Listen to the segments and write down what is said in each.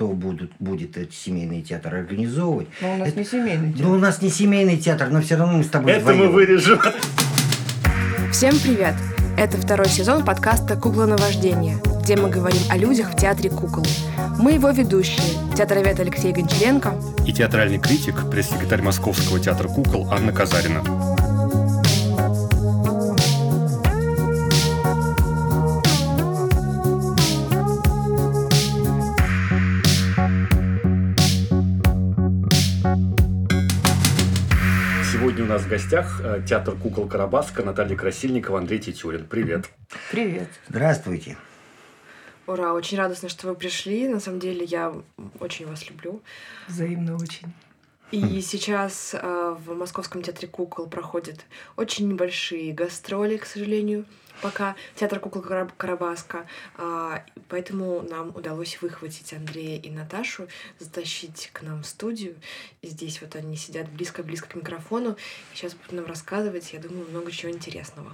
кто будет этот семейный театр организовывать. Но у нас не семейный театр. Ну, у нас не семейный театр, но все равно мы с тобой Это мы вырежем. Всем привет! Это второй сезон подкаста «Кукла наваждения», где мы говорим о людях в театре кукол. Мы его ведущие, театровед Алексей Гончаренко И театральный критик, пресс-секретарь Московского театра кукол Анна Казарина. Сегодня у нас в гостях театр кукол Карабаска, Наталья Красильникова, Андрей Титюрин. Привет. Привет. Здравствуйте. Ура, очень радостно, что вы пришли. На самом деле, я очень вас люблю. Взаимно очень. И сейчас в Московском театре кукол проходят очень небольшие гастроли, к сожалению, пока театр кукол Карабаска. Поэтому нам удалось выхватить Андрея и Наташу, затащить к нам в студию. И здесь вот они сидят близко-близко к микрофону. И сейчас будут нам рассказывать, я думаю, много чего интересного.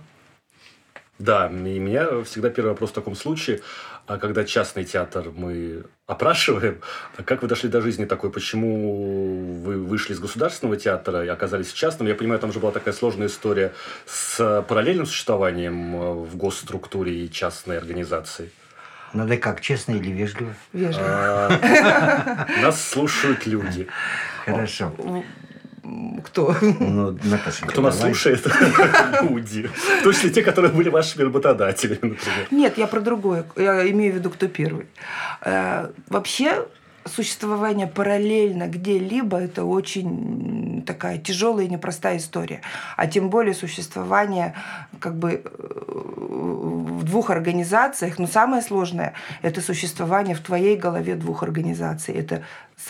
Да, и у меня всегда первый вопрос в таком случае, когда частный театр мы опрашиваем, как вы дошли до жизни такой, почему вы вышли из государственного театра и оказались в частном? Я понимаю, там же была такая сложная история с параллельным существованием в госструктуре и частной организации. Надо как, честно или вежливо? Вежливо. Нас слушают люди. Хорошо. Кто? Ну, Наташенька, Кто нас давай. слушает? Люди. В том числе те, которые были вашими работодателями, например. Нет, я про другое. Я имею в виду, кто первый. Вообще, существование параллельно где-либо – это очень такая тяжелая и непростая история. А тем более существование как бы в двух организациях. Но самое сложное – это существование в твоей голове двух организаций. Это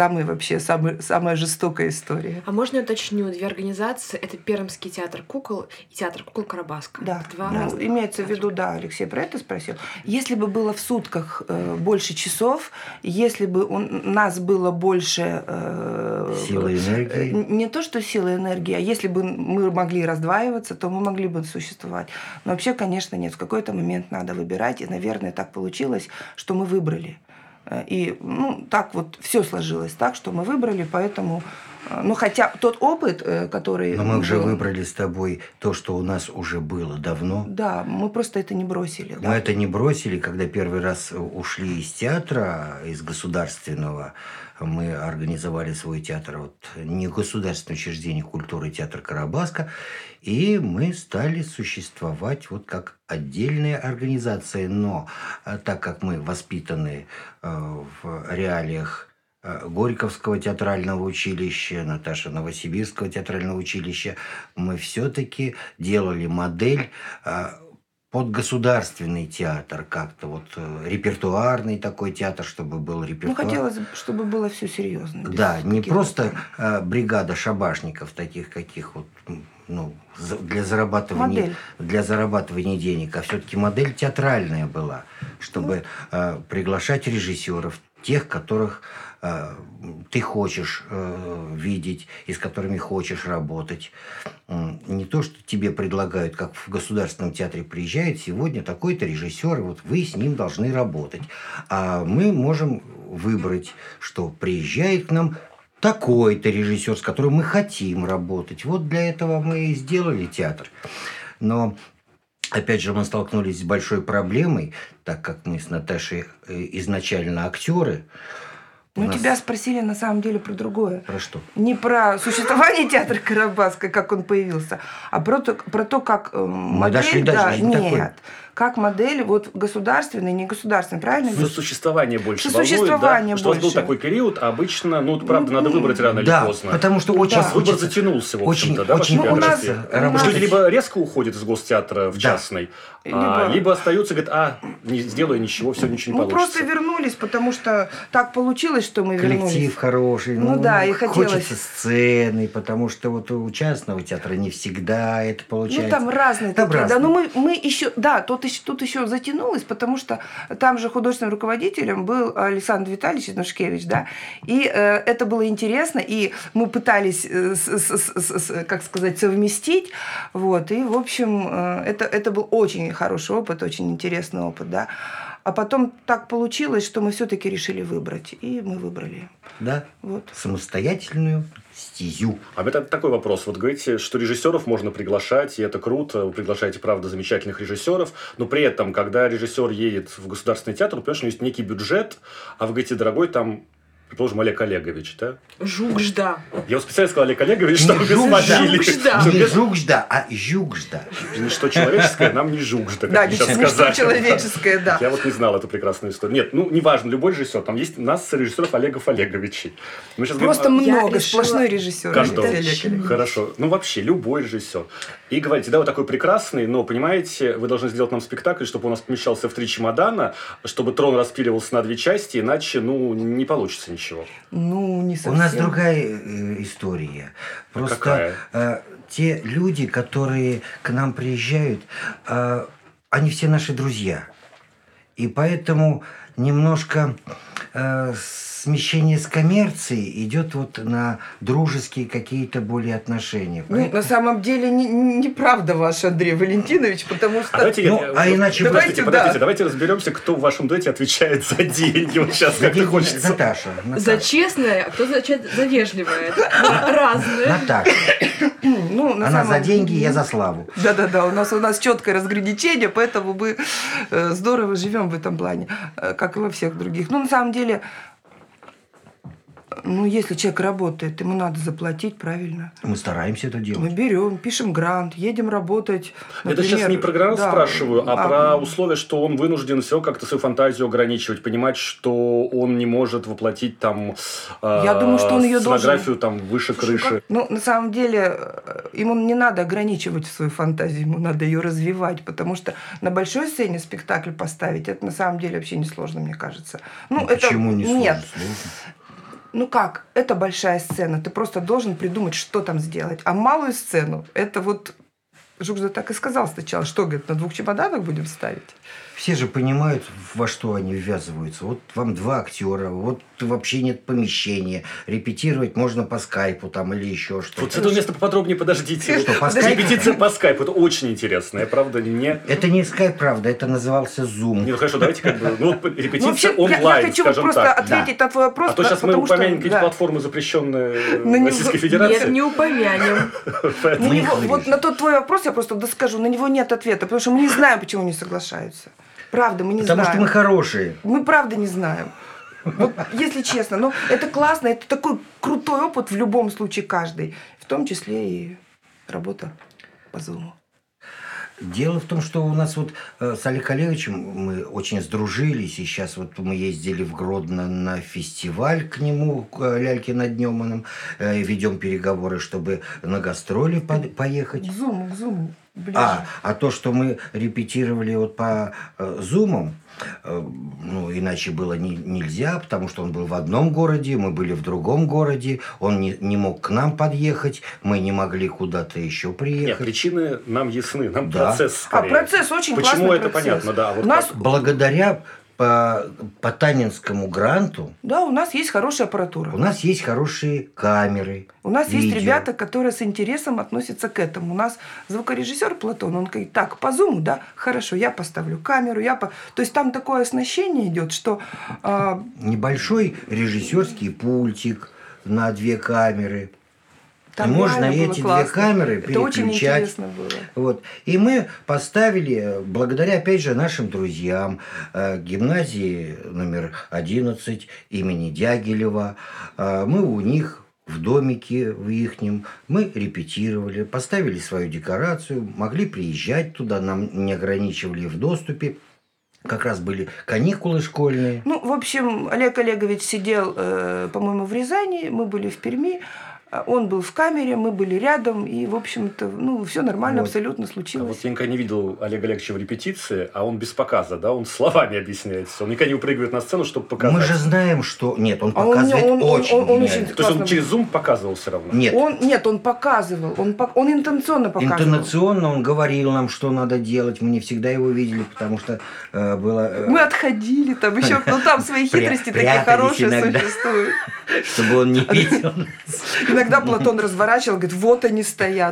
самая жестокая история. А можно я уточню? Две организации — это Пермский театр кукол и театр кукол Карабаска. Да, Два разных имеется в театра. виду, да, Алексей про это спросил. Если бы было в сутках больше часов, если бы у нас было больше... Силы и энергии. Не то, что силы и энергии, а если бы мы могли раздваиваться, то мы могли бы существовать. Но вообще, конечно, нет. В какой-то момент надо выбирать. И, наверное, так получилось, что мы выбрали. И так вот все сложилось так, что мы выбрали, поэтому... Ну, хотя тот опыт, который... Но мы уже выбрали с тобой то, что у нас уже было давно. Да, мы просто это не бросили. Мы это не бросили, когда первый раз ушли из театра, из государственного. Мы организовали свой театр, не государственное учреждение культуры, театр Карабаска. И мы стали существовать как отдельная организация. Но так как мы воспитаны в реалиях Горьковского театрального училища, Наташа Новосибирского театрального училища, мы все-таки делали модель под государственный театр, как-то репертуарный такой театр, чтобы был репертуар. Ну, хотелось, чтобы было все серьезно. Да, не просто бригада шабашников, таких каких для зарабатывания денег, а все-таки модель театральная была, чтобы приглашать режиссеров, тех, которых ты хочешь видеть и с которыми хочешь работать. Не то, что тебе предлагают, как в государственном театре приезжает сегодня такой-то режиссер, и вы с ним должны работать. А мы можем выбрать, что приезжает к нам такой-то режиссер, с которым мы хотим работать. Вот для этого мы и сделали театр. Но опять же, мы столкнулись с большой проблемой, так как мы с Наташей изначально актеры. Тебя спросили на самом деле про другое. Про что? Не про существование театра Карабаска, как он появился, а про то, как модель... дошли до жизни такой. Как модель государственный, не государственный, правильно? Существование больше Существование волнует, да? Что у вас был больше. такой период, а обычно, правда, надо выбрать рано или поздно. Потому что очень выбор затянулся, в общем-то, да, очень вашей биографии. работать. Люди либо резко уходят из гостеатра в частный, либо остаются, говорят, не сделаю ничего, все, ничего не получится. Мы просто вернулись, потому что так получилось, что мы вернулись. Коллектив хороший, и хотелось. Хочется сцены, потому что у частного театра не всегда это получается. Там разные такие, да. Но мы еще, тут еще затянулось, потому что там же художественным руководителем был Александр Витальевич Нушкевич, да, и это было интересно, и мы пытались, как сказать, совместить, и, в общем, это был очень хороший опыт, очень интересный опыт, да. А потом так получилось, что мы все-таки решили выбрать. И мы выбрали. Да, Вот. самостоятельную стезю. А это такой вопрос. Вот говорите, что режиссеров можно приглашать, и это круто. Вы приглашаете, правда, замечательных режиссеров. Но при этом, когда режиссер едет в государственный театр, понимаешь, у него есть некий бюджет, а вы говорите, дорогой, там, предположим, Олег Олегович, да? Жукжда. Я вот специально сказал Олег Олегович, чтобы без фамилии. Жукжда. Не жукжда, а жукжда. Ничто человеческое нам не жукжда, Да, как сейчас ничто сказали. человеческое, да. Я вот не знал эту прекрасную историю. Нет, ну, неважно, любой режиссер. Там есть у нас режиссеров Олегов Олеговичей. Мы сейчас Просто говорим много, решила- сплошной режиссер. каждого. Олег Олегович. Хорошо. Ну, вообще, любой режиссер. И говорите, да, вы такой прекрасный, но, понимаете, вы должны сделать нам спектакль, чтобы он у нас помещался в 3 чемодана, чтобы трон распиливался на 2 части, иначе, ну, не получится ничего. Ну, не совсем. У нас другая история. Просто Какая? те люди, которые к нам приезжают, они все наши друзья. И поэтому немножко смещение с коммерции идет вот на дружеские какие-то более отношения. Ну, на самом деле, неправда ваш, Андрей Валентинович, потому что... А давайте, Ну, а иначе- подождите, Давайте, да. давайте разберемся, кто в вашем дуэте отвечает за деньги. Вот сейчас как-то хочется. Наташа. За честное, а кто за вежливое. Разное. Наташа. Ну, на Она самом- за деньги, я за славу. Да-да-да, у нас четкое разграничение, поэтому мы здорово живем в этом плане, как и во всех других. Ну, на самом деле, ну, если человек работает, ему надо заплатить, правильно. Мы стараемся это Мы делать. берем, пишем грант, едем работать. Это сейчас например, не про грант да, спрашиваю, а про условия, что он вынужден все как-то свою фантазию ограничивать, понимать, что он не может воплотить там Я думаю, что он её должен. сценографию там выше крыши. Ну, на самом деле, ему не надо ограничивать свою фантазию, ему надо ее развивать, потому что на большой сцене спектакль поставить, это на самом деле вообще несложно, мне кажется. Ну, это... Почему не сложно? Нет. Сложно. Ну как, это большая сцена, ты просто должен придумать, что там сделать. А малую сцену, это вот... Жукжда так и сказал сначала, что, говорит, на 2 чемоданах будем ставить? Все же понимают, во что они ввязываются. Вот вам 2 актера, вот вообще нет помещения. Репетировать можно по скайпу там или еще что-то. Вот с этого места поподробнее подождите. Что, по Вот скайпу? репетиция по скайпу, это очень интересно. Я, правда, не... Это не скайп, правда, это назывался Zoom. Не, ну хорошо, давайте как бы... Ну, вот Ну, репетиция вообще, я онлайн, хочу скажем просто так. ответить на твой вопрос. А то сейчас мы потому что, упомянем какие-то да. платформы, запрещенные На него- Российской Нет, Федерации. не упомянем. На Мы него- их вот вырежем. на тот твой вопрос я просто доскажу. На него нет ответа, потому что мы не знаем, почему не соглашаются. Правда, мы не Потому знаем. что мы хорошие. Мы правда не знаем. Вот, если честно, но это классно, это такой крутой опыт в любом случае каждый, в том числе и работа по Зуму. Дело в том, что у нас вот с Олегом Олеговичем мы очень сдружились. И сейчас вот мы ездили в Гродно на фестиваль к нему, к Лялькино Днёманом. Ведем переговоры, чтобы на гастроли поехать. К Зуму ближе. А то, что мы репетировали вот по зумам, ну, иначе было нельзя, потому что он был в одном городе, мы были в другом городе, он не мог к нам подъехать, мы не могли куда-то еще Нет, приехать. причины нам ясны, нам Да. процесс А скорее. процесс очень классный. Почему это процесс. понятно, да. Вот у нас, как- Благодаря по Танинскому гранту да, у нас есть хорошая аппаратура. у нас есть хорошие камеры. У нас есть видео. ребята, которые с интересом относятся к этому. У нас звукорежиссер Платон, он говорит, так, по зуму, да, хорошо, я поставлю камеру, То есть там такое оснащение идет, что... Небольшой режиссерский пультик на 2 камеры. Там И можно реально было эти классно. 2 камеры Это очень переключать. интересно было. Вот. И мы поставили, благодаря, опять же, нашим друзьям, гимназии номер 11 имени Дягилева, мы у них в домике в ихнем, мы репетировали, поставили свою декорацию, могли приезжать туда, нам не ограничивали в доступе. Как раз были каникулы школьные. Ну, в общем, Олег Олегович сидел, по-моему, в Рязани, мы были в Перми, он был в камере, мы были рядом, и, в общем-то, ну, все нормально Вот. абсолютно А случилось. вот я никогда не видел Олега Олеговича в репетиции, а он без показа, да, он словами объясняет все. Он никогда не упрыгивает на сцену, чтобы показать. Мы же знаем, что... Нет, он А он показывает не- он очень очень гениально. То есть он классно. через Zoom показывал все равно? Нет, Он показывал, он интенционно показывал. интонационно он говорил нам, что надо делать. Мы не всегда его видели, потому что было... Мы отходили там еще, ну там свои хитрости такие Прятались хорошие иногда. существуют. чтобы он не видел. Иногда Платон разворачивал, говорит, вот они стоят.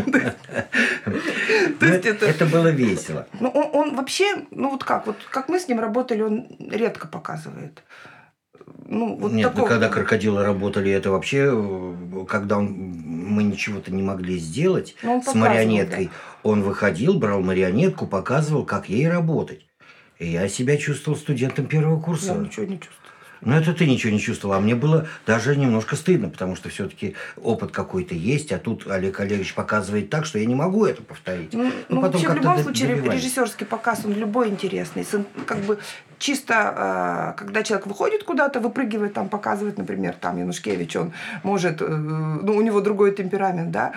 Это было весело. Ну, он вообще, ну вот как мы с ним работали, он редко показывает. Ну, вот Нет, такого... когда крокодилы работали, это вообще, когда мы ничего-то не могли сделать с марионеткой, да. Он выходил, брал марионетку, показывал, как ей работать. И я себя чувствовал студентом первого курса. Я ничего не чувствовала. Ну, это ты ничего не чувствовала. А мне было даже немножко стыдно, потому что все-таки опыт какой-то есть, а тут Олег Олегович показывает так, что я не могу это повторить. Ну вообще, в любом случае, режиссерский показ, он любой интересный. Как бы чисто, когда человек выходит куда-то, выпрыгивает, там, показывает, например, там, Янушкевич, он может, ну, у него другой темперамент, да,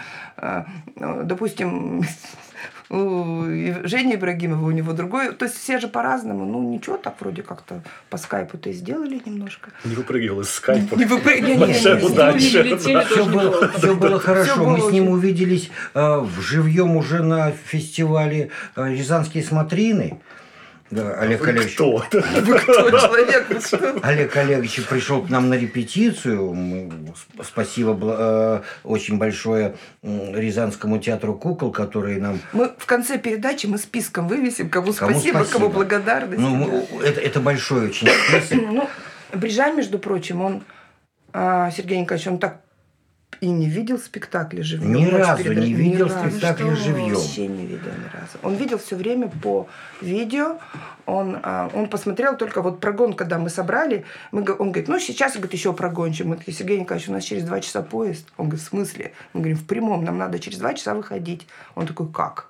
допустим... У Жени Ибрагимова, у него другой. То есть все же по-разному. Ну, ничего, так вроде как-то по скайпу-то и сделали немножко. Не выпрыгивал из скайпа. Не выпрыгивал. Большая удача. Все было хорошо. Мы с ним увиделись вживьем уже на фестивале «Рязанские смотрины». Да, Олег Олегович. Кто? Вы кто, человек? Вы что? Олег Олегович пришел к нам на репетицию. Спасибо очень большое Рязанскому театру кукол, который нам... Мы в конце передачи мы списком вывесим, кому спасибо, кому благодарность. Ну, это большой очень список. Ну, Брижань, между прочим, он, Сергей Николаевич, он так и не видел спектакля живьем. Ни разу не видел спектакля живьем. Вообще не видел ни разу. Он видел все время по видео. Он посмотрел только вот прогон, когда мы собрали. Он говорит, ну сейчас, говорит, еще прогончик. Мы такие, Сергей Николаевич, у нас через 2 часа поезд. Он говорит, в смысле? Мы говорим, в прямом, нам надо через 2 часа выходить. Он такой, как?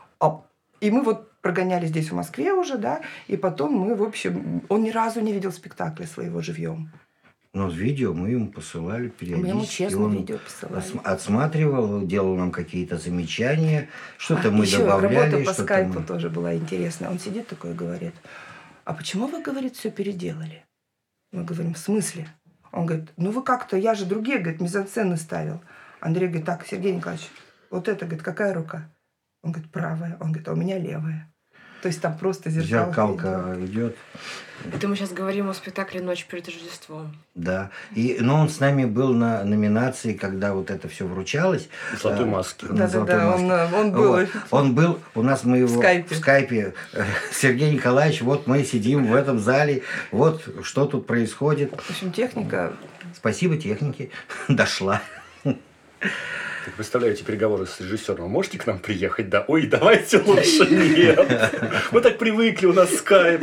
И мы вот прогоняли здесь в Москве уже, да, и потом мы, в общем, он ни разу не видел спектакля своего живьем. Но видео мы ему посылали периодически. Мы ему честно видео посылали. Отсматривал, делал нам какие-то замечания, что-то мы еще добавляли. Работа по скайпу тоже была интересная. Он сидит такой и говорит, а почему вы, говорит, все переделали? Мы говорим, в смысле? Он говорит, ну вы как-то, я же другие, говорит, мизансцены ставил. Андрей говорит, так, Сергей Николаевич, вот это, говорит, какая рука? Он говорит, правая. Он говорит, а у меня левая. То есть там просто зеркалка идет. Это мы сейчас говорим о спектакле «Ночь перед Рождеством». Да. Но он с нами был на номинации, когда вот это все вручалось. «Золотой маске». Да, он был. Вот. Он был, у нас мы его в скайпе. Сергей Николаевич, вот мы сидим в этом зале, вот что тут происходит. В общем, техника... Спасибо технике. Дошла. Так представляете переговоры с режиссером. Можете к нам приехать? Да. Ой, давайте лучше нет. Мы так привыкли, у нас скайп.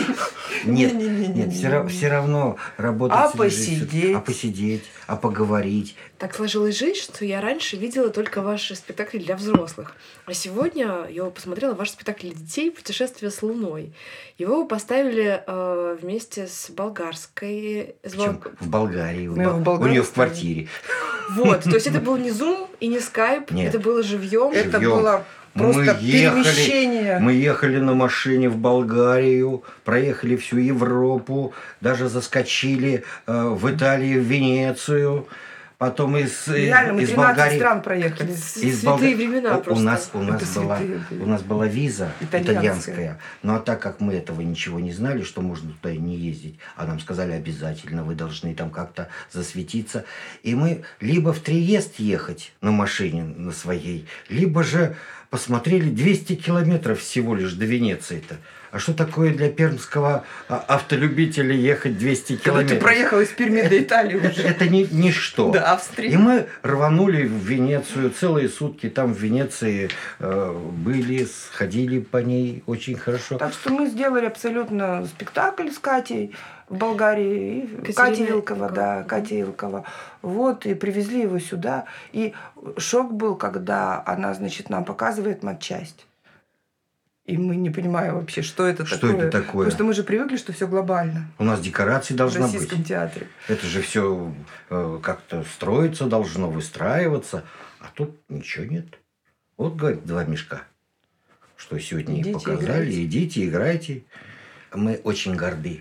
Нет, все равно работать с режиссером. Посидеть, поговорить. Так сложилась жизнь, что я раньше видела только ваши спектакли для взрослых. А сегодня я посмотрела ваш спектакль для детей «Путешествие с Луной». Его вы поставили вместе с болгарской... В Болгарии. У нее в квартире. Вот, то есть это был не Zoom и не Skype, это было живьем. Это было просто перемещение. Мы ехали на машине в Болгарию, проехали всю Европу, даже заскочили в Италию, в Венецию. Потом из Болгарии... стран проехали. Святые времена просто. У нас была виза итальянская. Ну, а так как мы этого ничего не знали, что можно туда и не ездить, а нам сказали обязательно, вы должны там как-то засветиться. И мы либо в Триест ехать на машине на своей, либо же посмотрели 200 километров всего лишь до Венеции-то. А что такое для пермского автолюбителя ехать 200 километров? Ты проехал из Перми до Италии уже. Это ничто. До Австрии. И мы рванули в Венецию целые сутки. Там в Венеции были, сходили по ней очень хорошо. Так что мы сделали абсолютно спектакль с Катей в Болгарии. Катя Илкова, да, Катя Илкова. Вот, и привезли его сюда. И шок был, когда она, значит, нам показывает матчасть. И мы не понимаем вообще, что это такое. Потому что мы же привыкли, что все глобально. У нас декорации должны быть. В Российском театре. Это же все как-то строиться должно, выстраиваться. А тут ничего нет. Вот, говорит, 2 мешка. Что сегодня и показали. Играйте. Идите, играйте. Мы очень горды.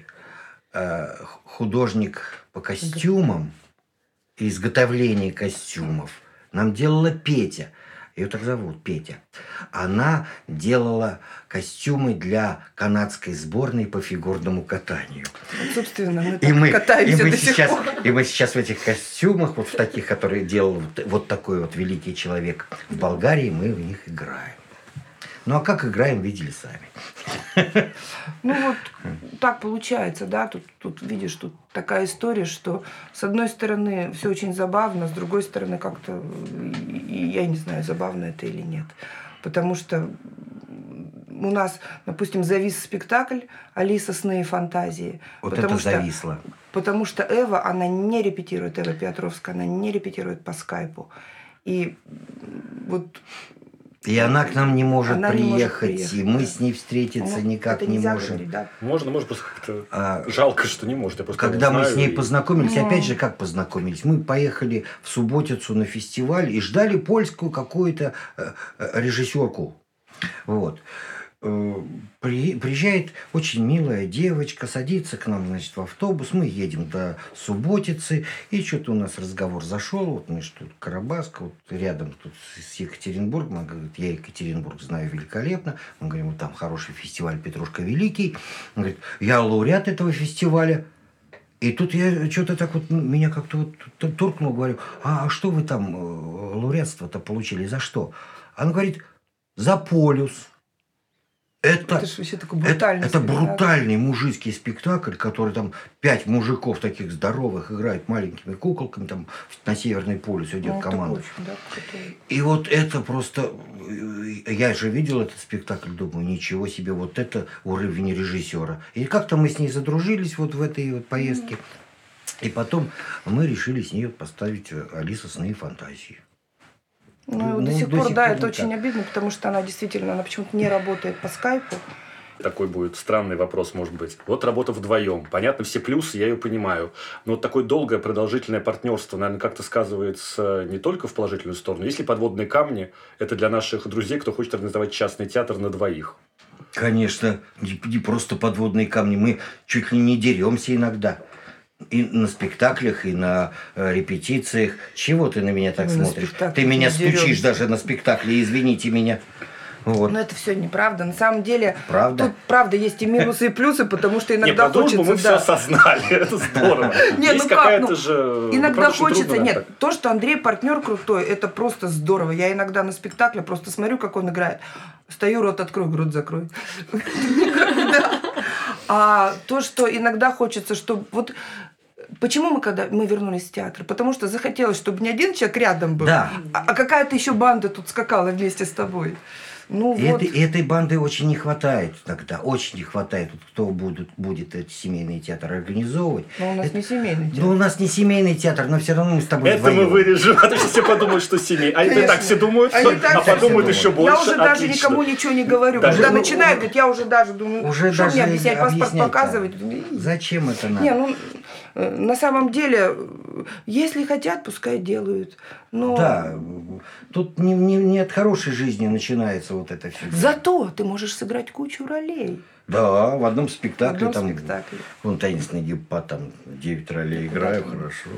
Художник по костюмам и изготовление костюмов нам делала Петя. ее так зовут, Петя, она делала костюмы для канадской сборной по фигурному катанию. Вот, собственно, мы так катаемся до сих пор. И мы сейчас в этих костюмах, вот в таких, которые делал вот такой вот великий человек в Болгарии, мы в них играем. Ну, а как играем, видели сами. Ну, вот так получается, да, тут видишь, тут такая история, что с одной стороны все очень забавно, с другой стороны как-то, я не знаю, забавно это или нет. Потому что у нас, допустим, завис спектакль «Алиса. Сны и фантазии». Вот это зависло. Потому что Эва, она не репетирует, Эва Петровская, она не репетирует по скайпу. И вот... И она к нам не может приехать, приехать, и мы с ней встретиться никак не можем. Говорить, да? Можно просто как-то... Жалко, что не может. Я просто когда мы знаю, с ней познакомились, опять же, как познакомились? Мы поехали в Субботицу на фестиваль и ждали польскую какую-то режиссерку. Вот. Приезжает очень милая девочка, садится к нам, значит, в автобус, мы едем до Субботицы, и что-то у нас разговор зашел, вот мы что тут Карабаска, вот рядом тут с Екатеринбургом, он говорит, я Екатеринбург знаю великолепно, мы говорим, вот там хороший фестиваль Петрушка Великий, он говорит, я лауреат этого фестиваля. И тут я что-то так вот, меня как-то вот торкнул, говорю, а что вы там лауреатство-то получили, за что? Она говорит, за «Полюс». Это же вообще такой брутальный это брутальный мужицкий спектакль, который там 5 мужиков таких здоровых играют маленькими куколками, там на Северный полюс идет команда. Очень, да, и вот это просто... Я же видел этот спектакль, думаю, ничего себе, вот это уровень режиссера. И как-то мы с ней задружились вот в этой вот поездке. И потом мы решили с ней поставить «Алиса. Сны и фантазии». Ну, до сих пор, да, это очень обидно, потому что она действительно, она почему-то не работает по скайпу. Такой будет странный вопрос, может быть. Вот работа вдвоем. Понятно, все плюсы, я ее понимаю. Но вот такое долгое, продолжительное партнерство, наверное, как-то сказывается не только в положительную сторону. Есть ли подводные камни? Это для наших друзей, кто хочет организовать частный театр на двоих. Конечно, не просто подводные камни. Мы чуть ли не деремся иногда. И на спектаклях, и на репетициях. Чего ты на меня так смотришь? Ты меня стучишь даже на спектакле, извините меня. Вот. Но это все неправда. На самом деле, правда? Тут правда есть и минусы, и плюсы, потому что иногда нет, хочется... мы все осознали, это здорово. Есть какая-то же... Иногда хочется... Нет, то, что Андрей партнер крутой, это просто здорово. Я иногда на спектакле просто смотрю, как он играет. Стою, рот открой, грудь закрой. А то, что иногда хочется, чтобы... Вот почему мы вернулись в театр? Потому что захотелось, чтобы не один человек рядом был, да. а какая-то еще банда тут скакала вместе с тобой. Ну, вот. Этой банды очень не хватает тогда. Очень не хватает. Вот кто будет этот семейный театр организовывать. Но у нас не семейный театр. Ну, у нас не семейный театр, но все равно мы с тобой это вдвоем. Мы вырежем, а то все подумают, что семейный. А это так все думают, а подумают еще больше. Я уже даже никому ничего не говорю. Когда начинают, говорят, я уже даже думаю, что мне объяснять, паспорт показывать. Зачем это надо? Не, ну, на самом деле, если хотят, пускай делают. Но... Да, тут не от хорошей жизни начинается вот это все. Зато ты можешь сыграть кучу ролей. Да, в одном спектакле. Вон «Таинственный гепат», там 9 ролей играю, хорошо.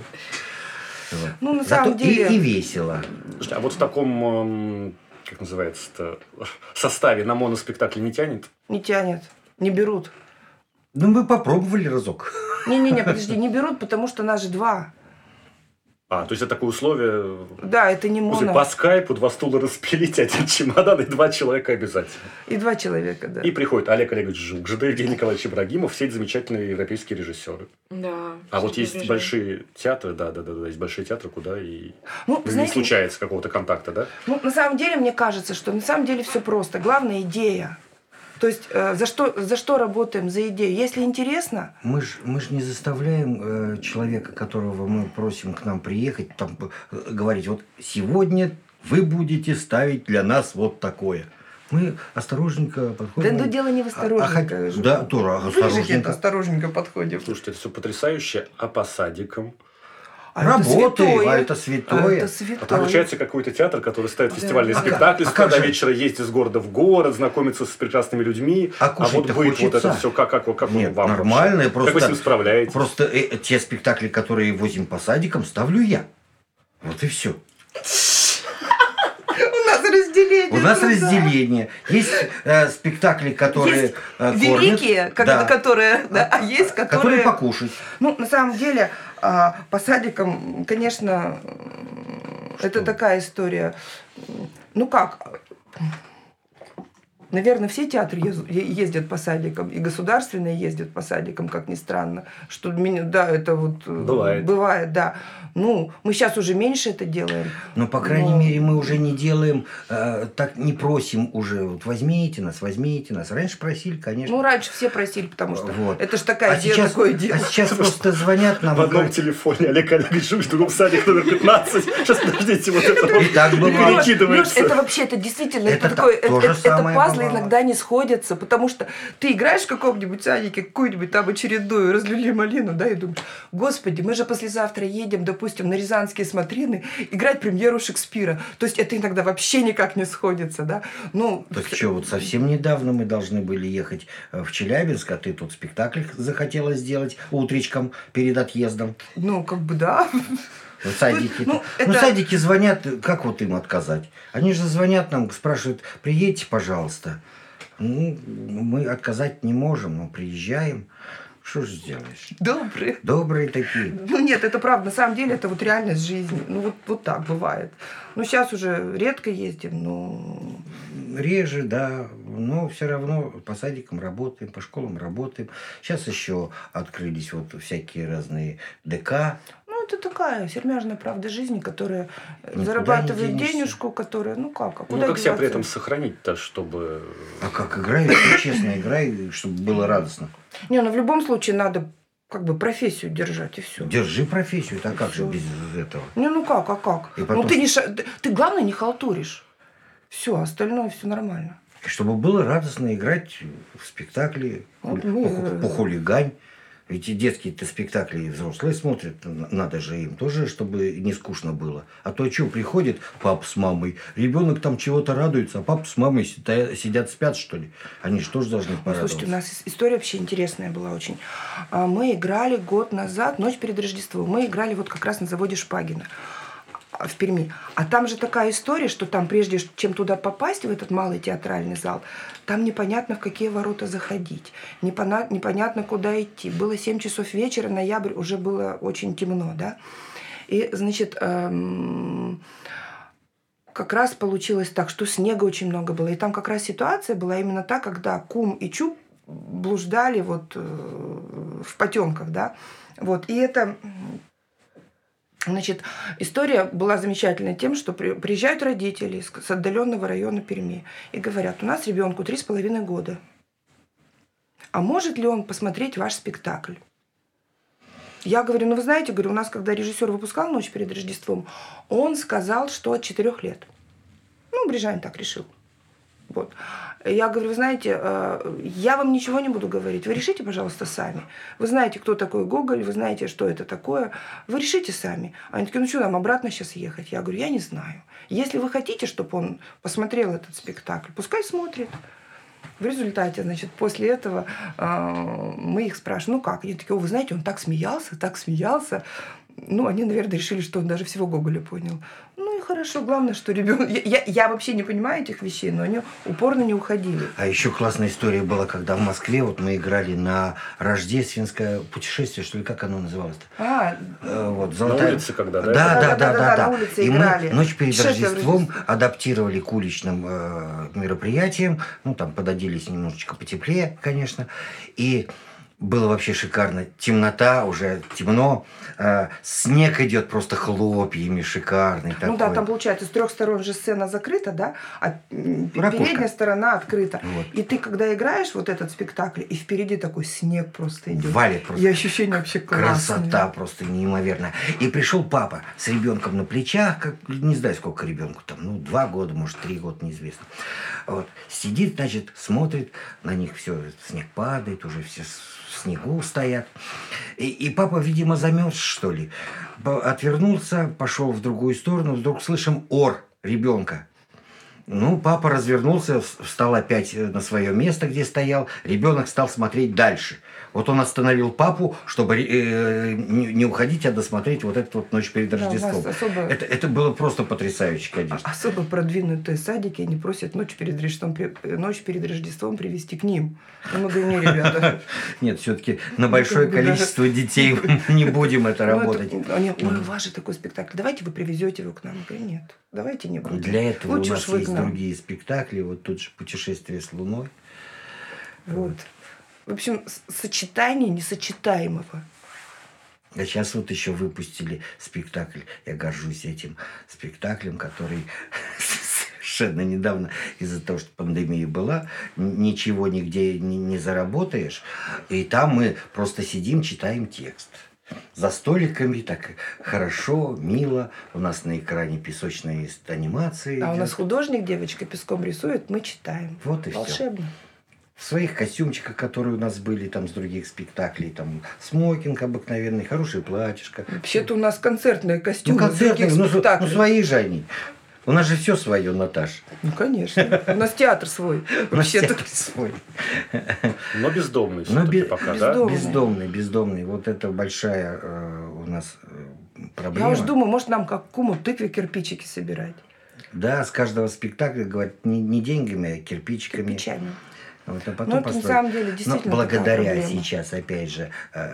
Вот. Ну, на самом деле... И весело. Слушайте, а вот в таком, как называется-то, составе на моноспектакль не тянет? Не тянет, не берут. Ну, мы попробовали разок. Не-не-не, подожди, не берут, потому что нас же 2. А, то есть это такое условие... Да, это не моно. По скайпу 2 стула распилить, 1 чемодан и 2 человека обязательно. И 2 человека, да. И приходит Олег Олегович Жук, ЖД Евгений Николаевич Ибрагимов, все эти замечательные европейские режиссеры. Да. А вот есть большие театры, да, есть большие театры, куда и знаете, не случается какого-то контакта, да? Ну, на самом деле, мне кажется, что на самом деле все просто. Главное – идея. То есть, за что работаем? За идею. Если интересно... Мы ж не заставляем человека, которого мы просим к нам приехать, там, говорить, вот сегодня вы будете ставить для нас вот такое. Мы осторожненько подходим. Да, но дело не в осторожненько. Да, тоже осторожненько. Осторожненько подходим. Слушайте, это все потрясающе. А по садикам? Работаем, это святое. А получается какой-то театр, который ставит фестивальные спектакли, с утра до вечера ездит из города в город, знакомится с прекрасными людьми. А вот будет вот это все, как Нет, вам нормально, вообще? Как вы с ним справляетесь? Просто те спектакли, которые возим по садикам, ставлю я. Вот и все. У нас разделение. У нас разделение. Есть спектакли, которые Есть кормят. великие, которые, да, а есть которые покушать. Ну, на самом деле, по садикам, конечно, это такая история. Ну как? Наверное, все театры ездят по садикам, и государственные ездят по садикам, как ни странно. Что да, это вот бывает, да. Ну, мы сейчас уже меньше это делаем. Но, по крайней мере, мы уже не делаем, так не просим уже. Вот возьмите нас. Раньше просили, конечно. Ну, раньше все просили, потому что вот. это же такое дело. А сейчас просто звонят нам. В одном телефоне Олег Олегович, в другом садик номер 15. Сейчас, подождите, вот это вот. И так бывает. Перекидывается. Это вообще, это действительно, это пазлы иногда не сходятся, потому что ты играешь в каком-нибудь садике, какую-нибудь там очередную «Разлили малину», да, и думаешь, господи, мы же послезавтра едем, допустим, на Рязанские смотрины играть премьеру Шекспира. То есть это иногда вообще никак не сходится, да. Ну, так что, вот совсем недавно мы должны были ехать в Челябинск, а ты тут спектакль захотела сделать утречком перед отъездом. Ну, как бы да. Садики звонят, как вот им отказать? Они же звонят нам, спрашивают, приедьте, пожалуйста. Ну, мы отказать не можем, но приезжаем. Что же сделаешь? Добрые такие. Ну нет, это правда. На самом деле это вот реальность жизни. Ну вот так бывает. Ну сейчас уже редко ездим, но... Реже, да. Но все равно по садикам работаем, по школам работаем. Сейчас еще открылись вот всякие разные ДК. Это такая сермяжная правда жизни, которая Никуда зарабатывает денежку, которая, а куда как себя при этом сохранить-то, чтобы... А как играй, честно играй, чтобы было радостно. Не, ну в любом случае надо профессию держать, и все. Держи профессию, так как же без этого? А как? Потом... Ты, главное, не халтуришь. Все, остальное все нормально. Чтобы было радостно играть в спектакле, похулигань. Ведь и детские-то спектакли и взрослые смотрят, надо же им тоже, чтобы не скучно было. А то что, приходит папа с мамой, ребенок там чего-то радуется, а папа с мамой сидят, спят, что ли? Они же тоже должны порадоваться. Слушайте, у нас история вообще интересная была очень. Мы играли год назад, ночь перед Рождеством, мы играли вот как раз на заводе Шпагина в Перми. А там же такая история, что там прежде чем туда попасть, в этот малый театральный зал, там непонятно, в какие ворота заходить, непонятно, куда идти. Было 7 часов вечера, ноябрь, уже было очень темно, да. И, значит, как раз получилось так, что снега очень много было. И там как раз ситуация была именно та, когда Кум и Чуб блуждали вот в потемках, да. Вот. И это... Значит, история была замечательной тем, что приезжают родители с отдаленного района Перми и говорят, у нас ребенку 3,5 года. А может ли он посмотреть ваш спектакль? Я говорю, вы знаете, у нас, когда режиссер выпускал «Ночь перед Рождеством», он сказал, что от 4 лет. Брижань так решил. Вот. Я говорю, вы знаете, я вам ничего не буду говорить. Вы решите, пожалуйста, сами. Вы знаете, кто такой Гоголь, вы знаете, что это такое. Вы решите сами. Они такие, что нам обратно сейчас ехать? Я говорю, я не знаю. Если вы хотите, чтобы он посмотрел этот спектакль, пускай смотрит. В результате, значит, после этого мы их спрашиваем, как? Они такие, вы знаете, он так смеялся. Они, наверное, решили, что он даже всего Гоголя понял. И хорошо, главное, что ребенок... Я вообще не понимаю этих вещей, но они упорно не уходили. А еще классная история была, когда в Москве мы играли на рождественское путешествие, что ли, как оно называлось-то? Золотая... На улице когда, да? Да, на улице играли. Мы «Ночь перед Рождеством» адаптировали к уличным мероприятиям. Там пододелись немножечко потеплее, конечно. И... было вообще шикарно. Темнота, уже темно. Снег идет просто хлопьями, шикарный такой. Там получается, с 3 сторон же сцена закрыта, да? А передняя сторона открыта. Вот. И ты, когда играешь вот этот спектакль, и впереди такой снег просто идет. Валит просто. И ощущение вообще классное. Красота просто неимоверная. И пришел папа с ребенком на плечах, не знаю, сколько ребенку там, 2 года, может, 3 года, неизвестно. Вот. Сидит, значит, смотрит, на них все, снег падает, уже все в снегу стоят. И папа, видимо, замерз, что ли. Отвернулся, пошел в другую сторону, вдруг слышим ор ребенка. Ну, папа развернулся, встал опять на свое место, где стоял. Ребенок стал смотреть дальше. Вот он остановил папу, чтобы не уходить, а досмотреть вот эту вот «Ночь перед Рождеством». особо... Это было просто потрясающе, конечно. Особо продвинутые садики, они просят ночь перед Рождеством привезти к ним. Мы говорим, не, ребята. Нет, все-таки на большое количество детей не будем это работать. Ой, у вас же такой спектакль, давайте вы привезете его к нам. Я говорю, нет, давайте не будем. Для этого Лучше у нас уж вы есть к нам. другие спектакли. Вот тут же «Путешествие с Луной». Вот. В общем, сочетание несочетаемого. А сейчас вот еще выпустили спектакль. Я горжусь этим спектаклем, который совершенно недавно, из-за того, что пандемия была, ничего нигде не заработаешь. И там мы просто сидим, читаем текст. За столиками так хорошо, мило. У нас на экране песочные анимации. А у идет. нас художник, девочка песком рисует, мы читаем. Вот и все. Волшебно. В своих костюмчиках, которые у нас были там с других спектаклей, там смокинг обыкновенный, хорошее платьишко. Вообще-то у нас концертные костюмы. Ну, концертные, других спектаклей. свои же они. У нас же все свое, Наташ. Ну, конечно. У нас театр свой. У нас Вообще-то. театр свой. Но бездомный Но все-таки пока, да? бездомный. Вот это большая у нас проблема. Я уж думаю, может, нам как куму тыкве кирпичики собирать. Да, с каждого спектакля, говорят, не деньгами, а кирпичиками. Кирпичами. Вот, а Но потом это на самом деле действительно Но благодаря такая проблема. сейчас, опять же,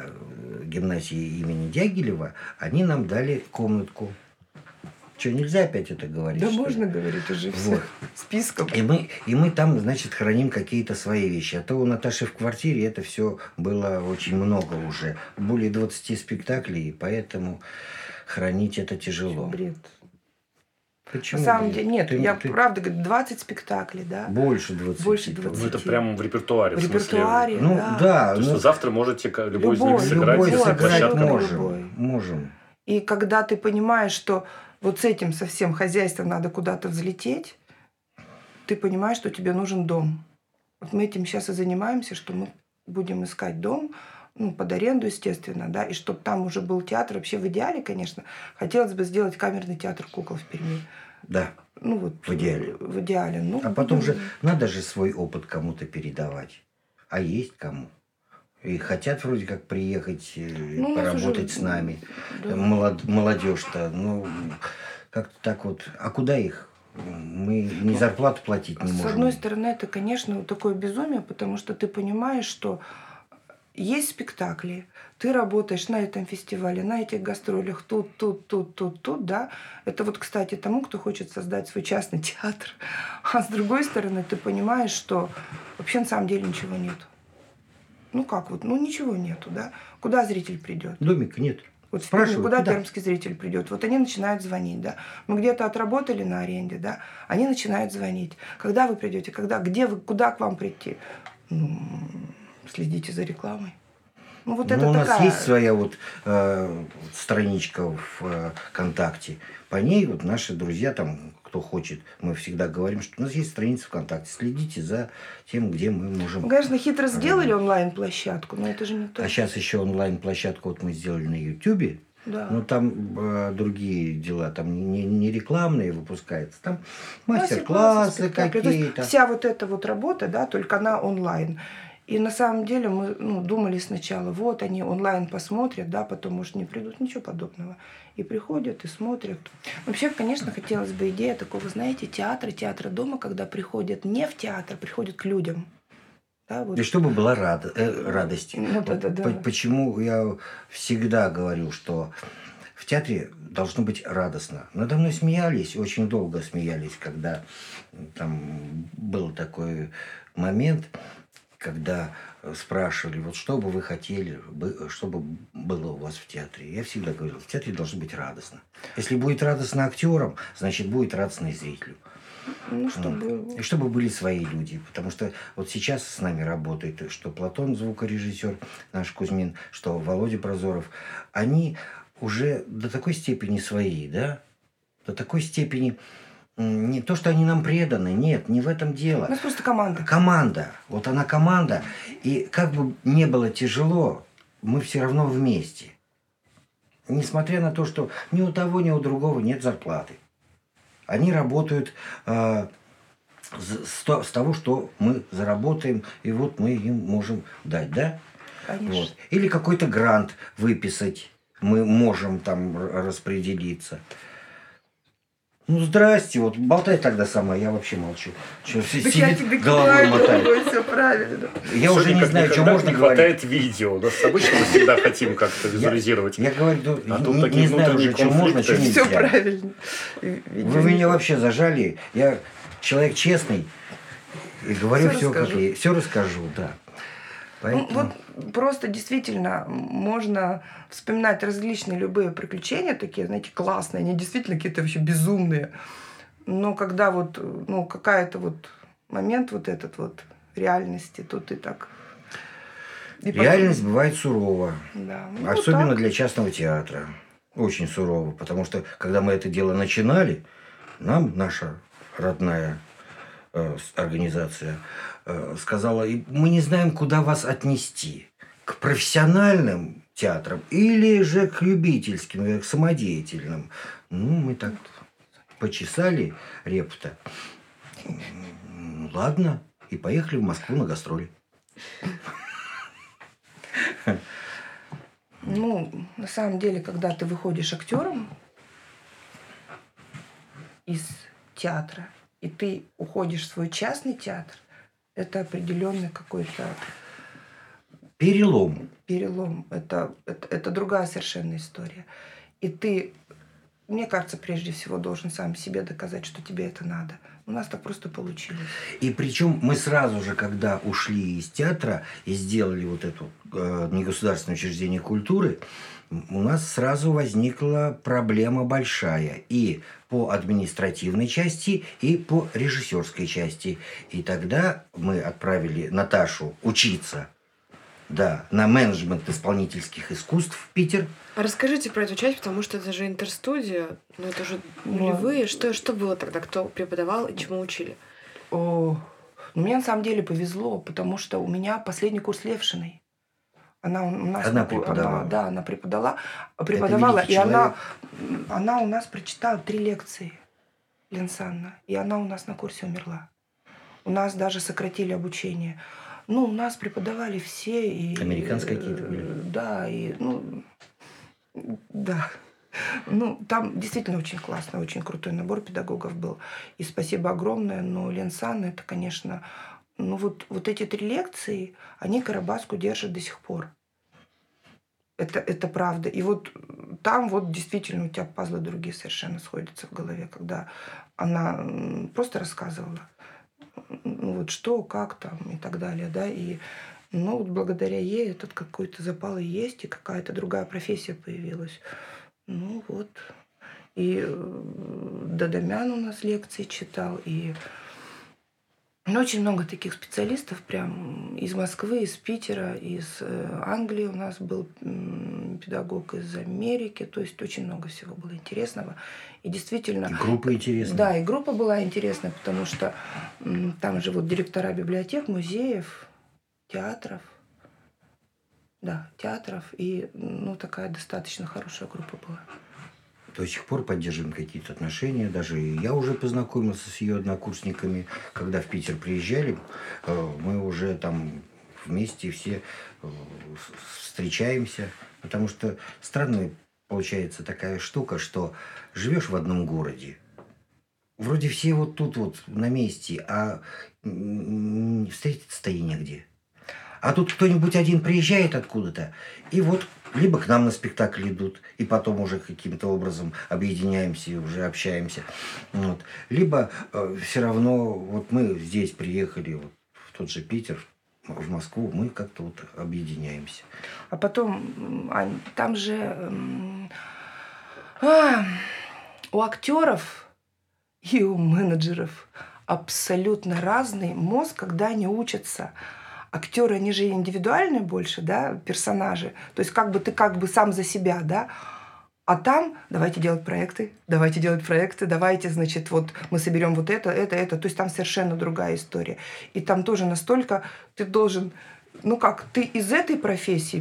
гимназии имени Дягилева, они нам дали комнатку. Что, нельзя опять это говорить? Да что ли? можно говорить уже все. Вот. Списком. И мы там, значит, храним какие-то свои вещи. А то у Наташи в квартире это все было очень много уже. Более 20 спектаклей, и поэтому хранить это тяжело. Бред. Почему? На самом бред? деле, нет, Ты правда говорю, 20 спектаклей, да. Больше 20. Больше по-моему. 20. Ну, это прямо в репертуаре. В смысле. репертуаре, Ну, да. да. То есть ну, вы завтра можете любой из Любой, них сыграть любой на любой, сыграть площадке. можем. любой. Можем. И когда ты понимаешь, что вот с этим совсем хозяйством надо куда-то взлететь, ты понимаешь, что тебе нужен дом. Вот мы этим сейчас и занимаемся, что мы будем искать дом, ну, под аренду, естественно, да, и чтобы там уже был театр. Вообще в идеале, конечно, хотелось бы сделать камерный театр кукол в Перми. Да. Ну, вот, В идеале. В идеале. Ну, А потом же надо же свой опыт кому-то передавать. А есть кому. И хотят вроде как приехать, Ну, у нас поработать уже, с нами. да. Молодежь-то. Ну, как-то так вот. А куда их? Мы не зарплату платить не С можем. одной стороны, это, конечно, вот такое безумие, потому что ты понимаешь, что есть спектакли, ты работаешь на этом фестивале, на этих гастролях, тут, да. Это вот, кстати, тому, кто хочет создать свой частный театр. А с другой стороны, ты понимаешь, что вообще на самом деле ничего нет. Ну как вот, ну ничего нету, да. Куда зритель придет? Домика нет. Вот Спрашивают, куда куда? пермский зритель придет? Вот они начинают звонить, да. Мы где-то отработали на аренде, да. Они начинают звонить. Когда вы придете? Когда? Где вы? Куда к вам прийти? Ну, следите за рекламой. Ну, вот это У нас такая... есть своя вот страничка в ВКонтакте. По ней вот наши друзья там, кто хочет, мы всегда говорим, что у нас есть страница ВКонтакте. Следите за тем, где мы можем. Мы, конечно, хитро сделали онлайн-площадку, но это же не то. А сейчас еще онлайн-площадку вот мы сделали на Ютубе. Да. Но там другие дела, там не рекламные выпускается, там мастер-классы спектакли. То есть какие-то. вся вот эта вот работа, да, только она онлайн. И на самом деле мы думали сначала, вот они онлайн посмотрят, да, потом, может, не придут, ничего подобного. И приходят, и смотрят. Вообще, конечно, хотелось бы идея такого, знаете, театра дома, когда приходят не в театр, приходят к людям. Да, вот. И чтобы была радость. Ну, да. Почему я всегда говорю, что в театре должно быть радостно. Надо мной смеялись, очень долго смеялись, когда там был такой момент, когда спрашивали, вот что бы вы хотели, чтобы было у вас в театре. Я всегда говорил, в театре должно быть радостно. Если будет радостно актерам, значит будет радостно и зрителю. Ну, чтобы... И чтобы были свои люди. Потому что вот сейчас с нами работает, что Платон, звукорежиссер наш Кузьмин, что Володя Прозоров, они уже до такой степени свои, да? До такой степени... Не то, что они нам преданы, нет, не в этом дело. У нас просто команда. Команда. Вот она команда. И как бы не было тяжело, мы все равно вместе. Несмотря на то, что ни у того, ни у другого нет зарплаты. Они работают с того, что мы заработаем, и вот мы им можем дать, да? Конечно. Вот. Или какой-то грант выписать, мы можем там распределиться. Ну, здрасте, вот болтай тогда сама, я вообще молчу. Чё, Так я тебе говорю, все правильно. Я уже не знаю, что можно не говорить. хватает видео. У нас обычно мы всегда хотим как-то визуализировать. Я говорю, А тут не такие знаю уже, что можно, что конфликты. нельзя. Все правильно. Вы меня вообще зажали. Я человек честный и говорю Всё все, как расскажу. я. Все расскажу, да. Ну, Поэтому... вот просто действительно можно вспоминать различные любые приключения, такие, знаете, классные, они действительно какие-то вообще безумные. Но когда вот, ну, какая-то вот момент вот этот вот реальности, тут и так... И потом- Реальность бывает сурова. Да. Ну, Особенно так. для частного театра. Очень сурово. Потому что, когда мы это дело начинали, нам наша родная организация сказала, мы не знаем, куда вас отнести. К профессиональным театрам или же к любительским, к самодеятельным. Ну, мы так почесали репу-то. Ладно. И поехали в Москву на гастроли. Ну, на самом деле, когда ты выходишь актером из театра, и ты уходишь в свой частный театр, это определенный какой-то Перелом. перелом. Это другая совершенно история. И ты, мне кажется, прежде всего должен сам себе доказать, что тебе это надо. У нас так просто получилось. И причем мы сразу же, когда ушли из театра и сделали вот эту негосударственное учреждение культуры, у нас сразу возникла проблема большая и по административной части, и по режиссерской части. И тогда мы отправили Наташу учиться, да, на менеджмент исполнительских искусств в Питер. А расскажите про эту часть, потому что это же интерстудия, ну это же нулевые. Что было тогда? Кто преподавал и чему учили? Ну, мне на самом деле повезло, потому что у меня последний курс Левшиной. Она у нас Она преподавала. Да, она преподавала, великий и она человек. у нас прочитала 3 лекции, Ленсанна, и она у нас на курсе умерла. У нас даже сократили обучение. Ну, у нас преподавали все. И, Американские какие-то были? Да, и, ну, да. Ну, там действительно очень классно, очень крутой набор педагогов был. И спасибо огромное, но Ленсанна, это, конечно... Ну, вот эти 3 лекции, они Карабаску держат до сих пор. Это правда. И вот там вот действительно у тебя пазлы другие совершенно сходятся в голове, когда она просто рассказывала, ну, вот что, как там и так далее, да, и ну, вот благодаря ей этот какой-то запал и есть, и какая-то другая профессия появилась. Ну, вот. И Дадамян у нас лекции читал, и ну, очень много таких специалистов прям из Москвы, из Питера, из Англии у нас был педагог, из Америки. То есть очень много всего было интересного. И действительно... И группа интересная. Да, и группа была интересная, потому что там живут директора библиотек, музеев, театров. Да, театров. И ну, такая достаточно хорошая группа была. До сих пор поддерживаем какие-то отношения. Даже я уже познакомился с ее однокурсниками. Когда в Питер приезжали, мы уже там вместе все встречаемся. Потому что странная получается такая штука, что живешь в одном городе. Вроде все вот тут вот на месте, а встретиться-то и негде. А тут кто-нибудь один приезжает откуда-то, и вот либо к нам на спектакль идут, и потом уже каким-то образом объединяемся и уже общаемся. Вот. Либо все равно, вот мы здесь приехали, вот, в тот же Питер, в Москву, мы как-то вот объединяемся. А потом, Ань, там же у актеров и у менеджеров абсолютно разный мозг, когда они учатся. Актеры, они же индивидуальные больше, да, персонажи. То есть как бы ты как бы сам за себя, да. А там давайте делать проекты, давайте, значит, вот мы соберем вот это. То есть там совершенно другая история. И там тоже настолько ты должен, ну как, ты из этой профессии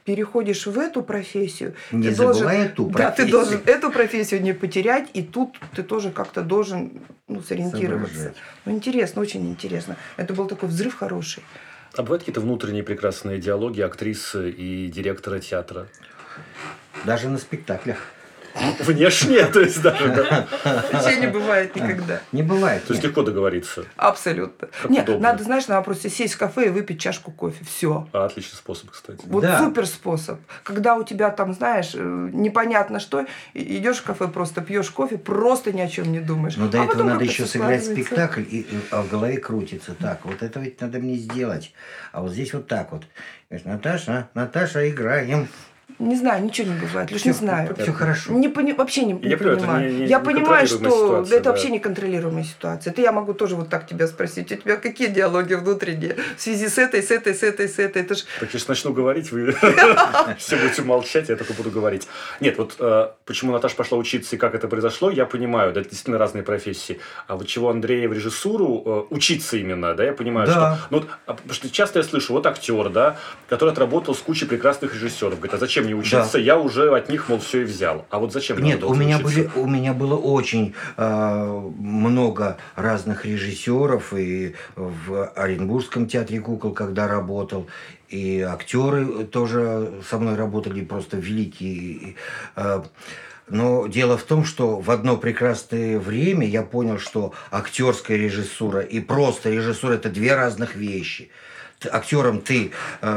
переходишь в эту профессию, Не ты забывай эту да, ты профессию. должен эту профессию не потерять, и тут ты тоже как-то должен сориентироваться. Соображать. Ну, интересно, очень интересно. Это был такой взрыв хороший. А бывают какие-то внутренние прекрасные диалоги актрисы и директора театра? Даже на спектаклях. Внешне, то есть даже, да. Вообще не бывает никогда. Не бывает. То есть нет. легко договориться. Абсолютно. Как Нет, удобно. надо, знаешь, на вопросе сесть в кафе и выпить чашку кофе. Все. Отличный способ, кстати. Вот Да. супер способ. Когда у тебя там, знаешь, непонятно что, идешь в кафе, просто пьешь кофе, просто ни о чем не думаешь. Но до А этого потом надо как-то еще всё сыграть складывается. спектакль, а в голове крутится. Так, вот это ведь надо мне сделать. А вот здесь вот так вот. Говоришь, Наташа, играем. Не знаю, ничего не бывает, лишь не знаю. Все хорошо. Вообще не Я понимаю, это понимаю. не Я понимаю, контролируемая что ситуация, это да. вообще неконтролируемая ситуация. Это я могу тоже вот так тебя спросить. У тебя какие диалоги внутренние в связи с этой? Это ж... Так я сейчас начну говорить, вы все будете молчать, я только буду говорить. Нет, вот почему Наташа пошла учиться и как это произошло, я понимаю, да, это действительно разные профессии. А вот чего Андрея в режиссуру учиться именно, да, я понимаю, Да. что... Ну, вот, потому что часто я слышу, вот актер, да, который отработал с кучей прекрасных режиссеров, говорит, а зачем мне учиться, Да. я уже от них, мол, все и взял. А вот зачем мне Нет, надо у меня учиться? было очень много разных режиссеров и в Оренбургском театре кукол, когда работал, и актеры тоже со мной работали, просто великие. Но дело в том, что в одно прекрасное время я понял, что актерская режиссура и просто режиссура – это две разных вещи. Актером ты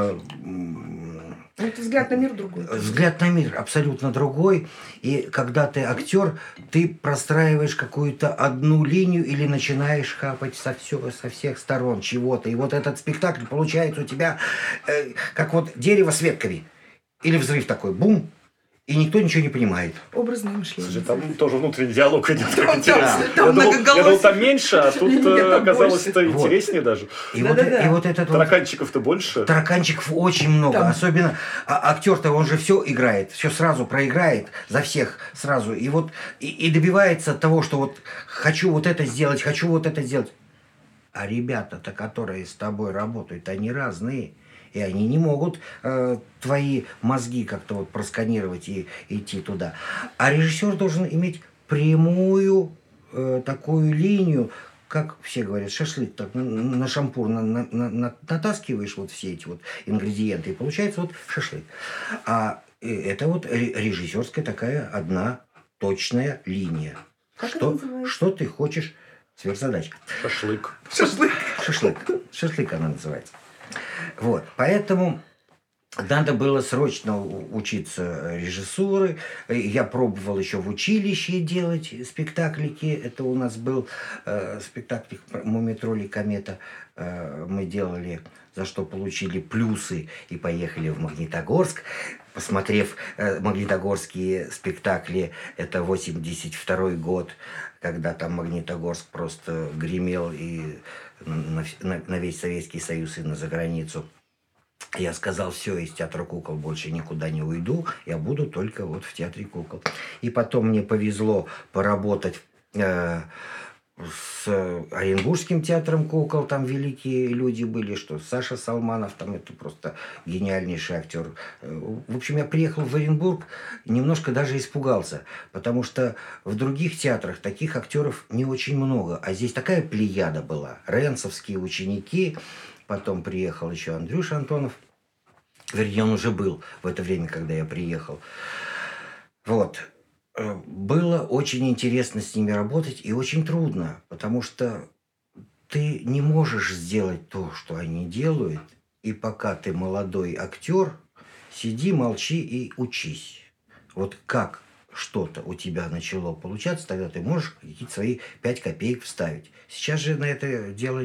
Это взгляд на мир другой. взгляд на мир абсолютно другой. И когда ты актер, ты простраиваешь какую-то одну линию или начинаешь хапать со всех сторон чего-то. И вот этот спектакль получается у тебя как вот дерево с ветками. Или взрыв такой, бум, и никто ничего не понимает. Образное мышление. Слушай, там тоже внутренний диалог идет. Там Интересно. там Я думал, многоголосие. там меньше, а тут Нет, там оказалось больше. это Вот. интереснее даже. И Да-да-да. вот этот вот Тараканчиков-то больше. тараканчиков очень много. Там- Особенно актер-то, он же все играет, все сразу проиграет за всех сразу. И вот и добивается того, что вот хочу вот это сделать, хочу вот это сделать. А ребята-то, которые с тобой работают, они разные. И они не могут твои мозги как-то вот просканировать и идти туда. А режиссер должен иметь прямую такую линию, как все говорят, шашлык, так на шампур натаскиваешь вот все эти вот ингредиенты, и получается вот шашлык. А это вот режиссерская такая одна точная линия. Как это называется? Что ты хочешь, сверхзадача. Шашлык. Шашлык она называется. Вот, поэтому надо было срочно учиться режиссуры. Я пробовал еще в училище делать спектаклики. Это у нас был спектакль «Мумий-тролль и комета». Мы делали, за что получили плюсы и поехали в Магнитогорск. Посмотрев магнитогорские спектакли, это 82-й год, когда там Магнитогорск просто гремел и на весь Советский Союз и на заграницу. Я сказал, все, из театра кукол больше никуда не уйду, я буду только вот в театре кукол. И потом мне повезло поработать с Оренбургским театром кукол, там великие люди были, что Саша Салманов, там это просто гениальнейший актер. В общем, я приехал в Оренбург, немножко даже испугался, потому что в других театрах таких актеров не очень много, а здесь такая плеяда была. Ренцевские ученики, потом приехал еще Андрюша Антонов, вернее, он уже был в это время, когда я приехал. Вот. Было очень интересно с ними работать и очень трудно, потому что ты не можешь сделать то, что они делают, и пока ты молодой актер, сиди, молчи и учись. Вот как что-то у тебя начало получаться, тогда ты можешь какие-то свои 5 копеек вставить. Сейчас же на это дело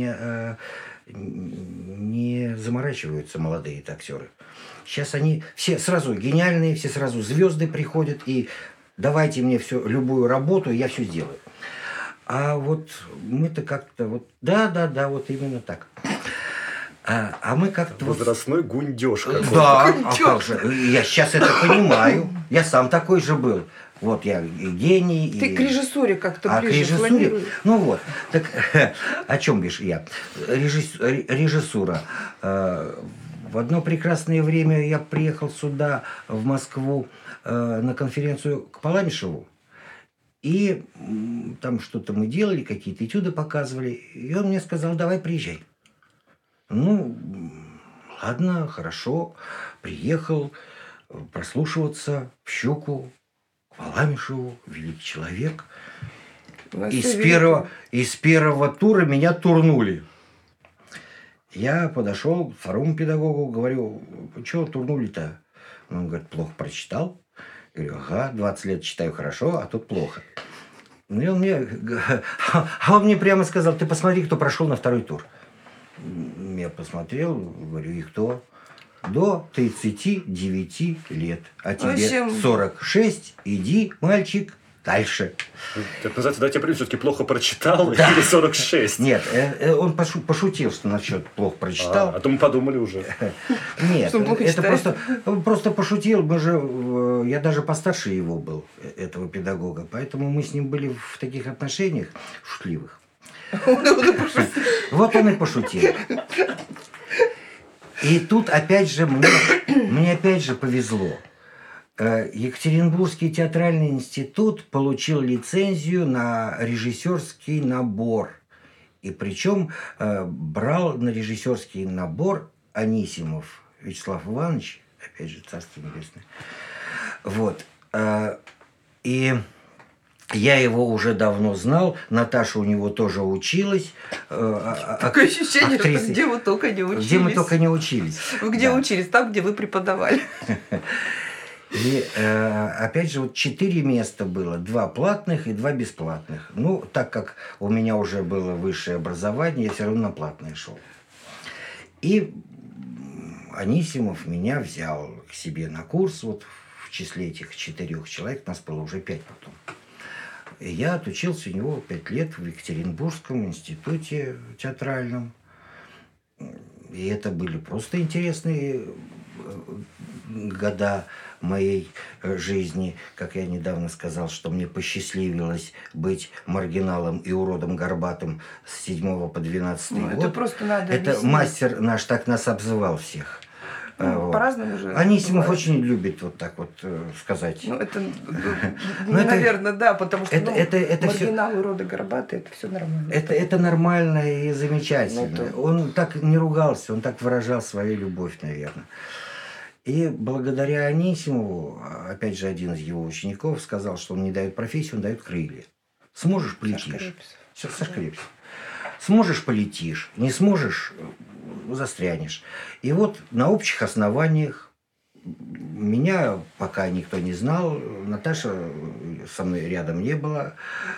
не заморачиваются молодые актеры. Сейчас они все сразу гениальные, все сразу звезды приходят и давайте мне все, любую работу, я все сделаю. А вот мы-то как-то вот, да, вот именно так. А мы как-то вот... Возрастной гундеж какой-то. Да, а как же, я сейчас это понимаю, я сам такой же был. Вот я и гений. Ты к режиссуре как-то к ближе режиссуре, планируешь. ну вот, так о чем бишь я? Режиссура. В одно прекрасное время я приехал сюда, в Москву, на конференцию к Паламишеву. И там что-то мы делали, какие-то этюды показывали. И он мне сказал, давай приезжай. Ну, ладно, хорошо. Приехал прослушиваться в щеку к Паламишеву, великий человек. Из первого тура меня турнули. Я подошел к второму педагогу, говорю, что турнули-то? Он говорит, плохо прочитал. Я говорю, ага, 20 лет читаю хорошо, а тут плохо. И он мне прямо сказал, ты посмотри, кто прошел на второй тур. Я посмотрел, говорю, и кто? До 39 лет. А тебе 46, иди, мальчик, дальше. Это называется, да, тебе все-таки плохо прочитал, да. Или 46? Нет, он пошутил, что насчет плохо прочитал. А то мы подумали уже. Нет, это просто пошутил. Я даже постарше его был, этого педагога. Поэтому мы с ним были в таких отношениях шутливых. Вот он и пошутил. И тут опять же мне опять же повезло. Екатеринбургский театральный институт получил лицензию на режиссерский набор. И причем брал на режиссерский набор Анисимов Вячеслав Иванович, опять же, царство небесное. Вот. И я его уже давно знал. Наташа у него тоже училась. Такое ощущение, что где вы только не учились. Где мы только не учились. Вы где учились? Там, где вы преподавали. И опять же, вот 4 места было. 2 платных и 2 бесплатных. Ну, так как у меня уже было высшее образование, я все равно на платное шел. И Анисимов меня взял к себе на курс. Вот в числе этих 4 человек, нас было уже 5 потом. И я отучился у него 5 лет в Екатеринбургском институте театральном. И это были просто интересные года моей жизни. Как я недавно сказал, что мне посчастливилось быть маргиналом и уродом горбатым с 7 по 12 год. Это просто надо Это объяснить. мастер наш так нас обзывал всех. Ну, по-разному же. Анисимов бывает. очень любит вот так вот сказать. Ну, это, наверное, да, потому что это маргиналы, уроды, горбатые, это все нормально. Это нормально и замечательно. Он так не ругался, он так выражал свою любовь, наверное. И благодаря Анисимову, опять же, один из его учеников сказал, что он не дает профессию, он дает крылья. Сможешь – полетишь. Саша Крепсов. Сможешь – полетишь. Не сможешь – застрянешь. И вот на общих основаниях меня пока никто не знал. Наташа со мной рядом не была.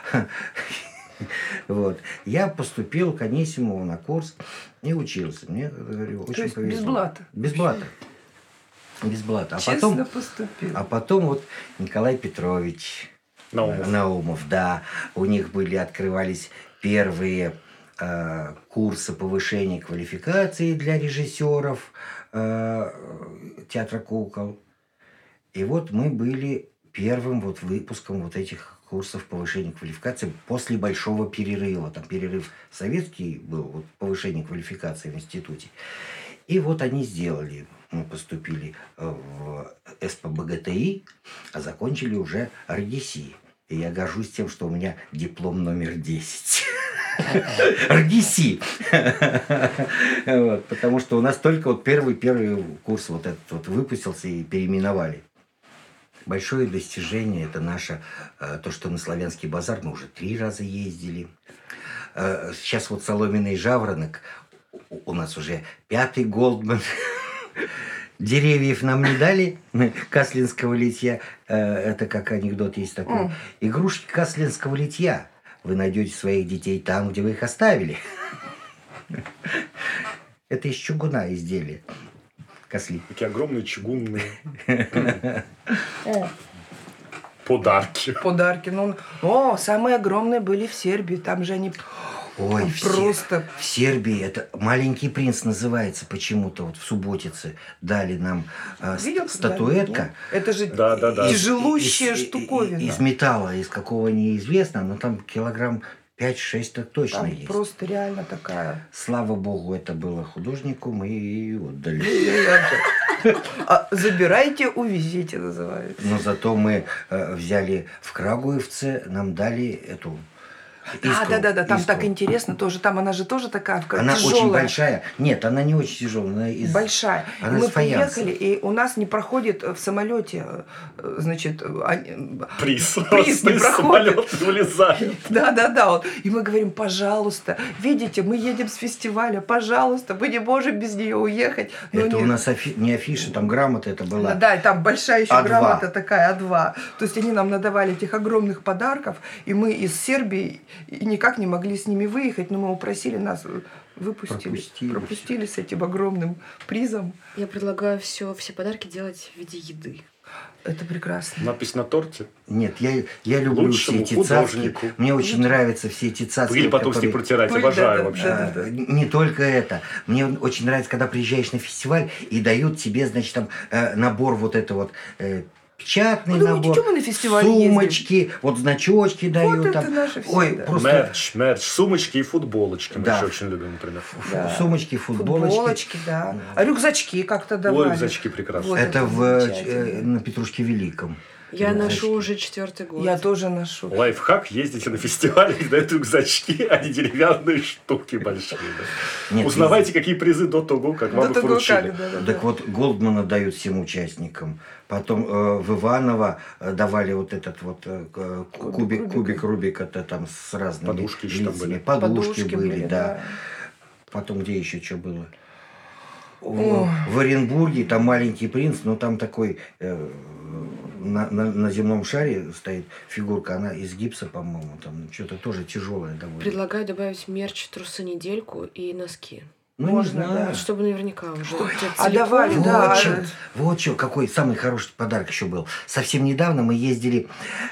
Вот. Я поступил к Анисимову на курс и учился. Мне, говорю, очень повезло. Без блата. Без блата. Без блата. Честно поступил. А потом вот Николай Петрович Наумов, да. У них открывались первые курсы повышения квалификации для режиссеров театра кукол. И вот мы были первым выпуском этих курсов повышения квалификации после большого перерыва. Там перерыв советский был, повышение квалификации в институте. И вот они сделали. Мы поступили в СПБГТИ, а закончили уже РДС. И я горжусь тем, что у меня диплом номер 10. РДС. Потому что у нас только первый курс этот выпустился и переименовали. Большое достижение это наше, то, что на Славянский базар мы уже 3 раза ездили. Сейчас соломенный жаворонок, у нас уже 5-й Голдман. Деревьев нам не дали, каслинского литья, это как анекдот есть такой. Игрушки каслинского литья. Вы найдете своих детей там, где вы их оставили. Это из чугуна изделие. Косли. Такие огромные чугунные подарки. Подарки. Самые огромные были в Сербии. Там же они... Ой, просто... в Сербии это «Маленький принц» называется почему-то. В Субботице дали нам статуэтка. Это же да. тяжелущая штуковина. Из металла, из какого неизвестно, но там килограмм 5-6 так точно Там есть. просто реально такая... Слава богу, это было художнику, мы и отдали. Забирайте, увезите, называется. Но зато мы взяли в Крагуевце, нам дали эту... Да, там искру. так интересно тоже. Там она же тоже такая Она тяжелая. очень большая. Нет, она не очень тяжелая. Она Большая. Она И мы из фаянса. приехали, и у нас не проходит в самолете, значит, Приз не проходит. самолет вылезает. Да. Вот. И мы говорим, пожалуйста, видите, мы едем с фестиваля, пожалуйста, мы не можем без нее уехать. Но Это нет. у нас не афиша, там грамота это была. Да, и там большая еще А2. грамота такая, А2. То есть они нам надавали этих огромных подарков, и мы из Сербии и никак не могли с ними выехать, но мы упросили нас, пропустили с этим огромным призом. Я предлагаю все подарки делать в виде еды. Это прекрасно. Надпись на торте. Нет, я люблю Лучшему все эти цацки. художнику. Мне очень нравятся все эти цацки. Пыль потом с ней протирать, обожаю вообще. Да. Не только это. Мне очень нравится, когда приезжаешь на фестиваль и дают тебе, значит, там набор вот это вот печатный думаете, набор, что мы на фестиваль сумочки, вот значочки дают. Вот там. это наше всё, Ой, да. просто Мерч, сумочки и футболочки. Мы Да. еще очень любим, например. сумочки, футболочки. Футболочки, да. А рюкзачки как-то давали. Ой, рюкзачки прекрасно. Вот Это замечательно. на Петрушке Великом. Я Рюкзачки. ношу уже 4-й год. Я тоже ношу. Лайфхак: ездите на фестиваль и дают рюкзачки, а не деревянные штуки большие. Да. Нет, Узнавайте, какие призы до того, как вам их вручили. Так вот, Голдмана дают всем участникам. Потом в Иваново давали вот этот вот кубик Рубика-то там с разными Подушки еще там лицами. были. Подушки были, да. Потом где еще что было? В Оренбурге там «Маленький принц», но там такой на земном шаре стоит фигурка, она из гипса, по-моему, там что-то тоже тяжелое довольно. Предлагаю добавить мерч, трусы недельку и носки. Ну, Можно, не знаю. да. Чтобы наверняка уже. А давали, да. Вот что, какой самый хороший подарок еще был. Совсем недавно мы ездили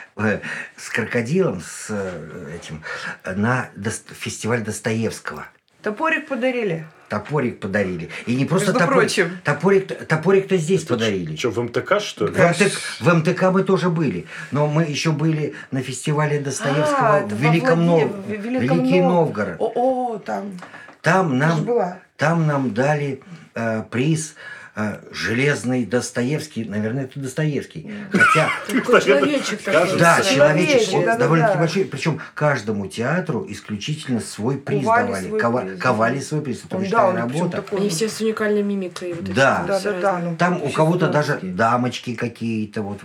с крокодилом, с этим, на фестиваль Достоевского. Топорик подарили. Топорик подарили. И не просто Между прочим. Топорик-то здесь подарили. Что, в МТК, что ли? В МТК мы тоже были. Но мы еще были на фестивале Достоевского это в во Великий Новгород. Там. Там Ты ж была. нам дали приз «Железный Достоевский». Наверное, это Достоевский. Хотя... Такой человечек такой. Да, человечек Человечек, довольно-таки да. большой. Причем каждому театру исключительно свой приз Ковали давали. свой приз. Ковали свой приз. Это Он, большая он причем работа. такой Они все с уникальной мимикой. Вот эти Да. вот все Да. разные. Ну, Там у кого-то даже чистовские. дамочки какие-то. Вот.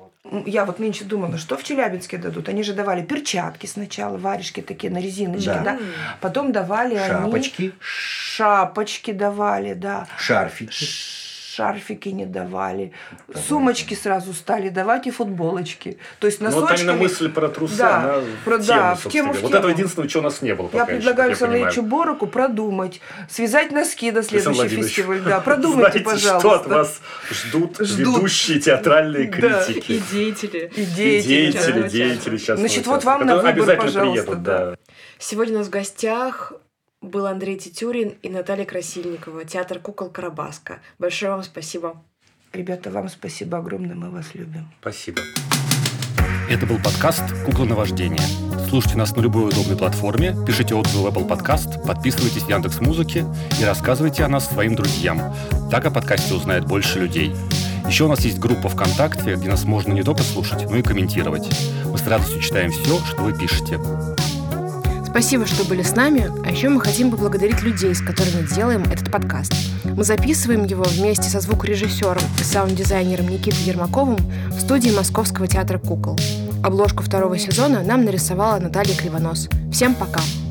Я вот нынче думала, что в Челябинске дадут. Они же давали перчатки сначала, варежки такие на резиночке, Да. да. Потом давали Шапочки. они... Шапочки давали, да. Шарфики. Шарфики не давали. Сумочки сразу стали давать и футболочки. То есть Ну, вот носочками... именно мысль про трусы, Да, она про- в да, тему, в собственно тему, говоря. в Вот тему. этого единственного, чего у нас не было Я пока еще, предлагаю как я понимаю. Соловейчу Бороку продумать, связать носки до Александр следующего Владимирович, фестиваля. Да, продумайте, знаете, пожалуйста. что от вас ждут ведущие театральные Да. критики? И деятели. И И деятели. деятели частного Значит, вот театра, вам на которые выбор, обязательно пожалуйста, приедут, да. да. Сегодня у нас в гостях был Андрей Титюрин и Наталья Красильникова, театр кукол «Карабаска». Большое вам спасибо. Ребята, вам спасибо огромное, мы вас любим. Спасибо. Это был подкаст «Кукла наваждения». Слушайте нас на любой удобной платформе, пишите отзывы в Apple Podcast, подписывайтесь в Яндекс.Музыке и рассказывайте о нас своим друзьям. Так о подкасте узнает больше людей. Еще у нас есть группа ВКонтакте, где нас можно не только слушать, но и комментировать. Мы с радостью читаем все, что вы пишете. Спасибо, что были с нами, а еще мы хотим поблагодарить людей, с которыми делаем этот подкаст. Мы записываем его вместе со звукорежиссером и саунд-дизайнером Никитой Ермаковым в студии Московского театра кукол. Обложку 2-го сезона нам нарисовала Наталья Кривонос. Всем пока!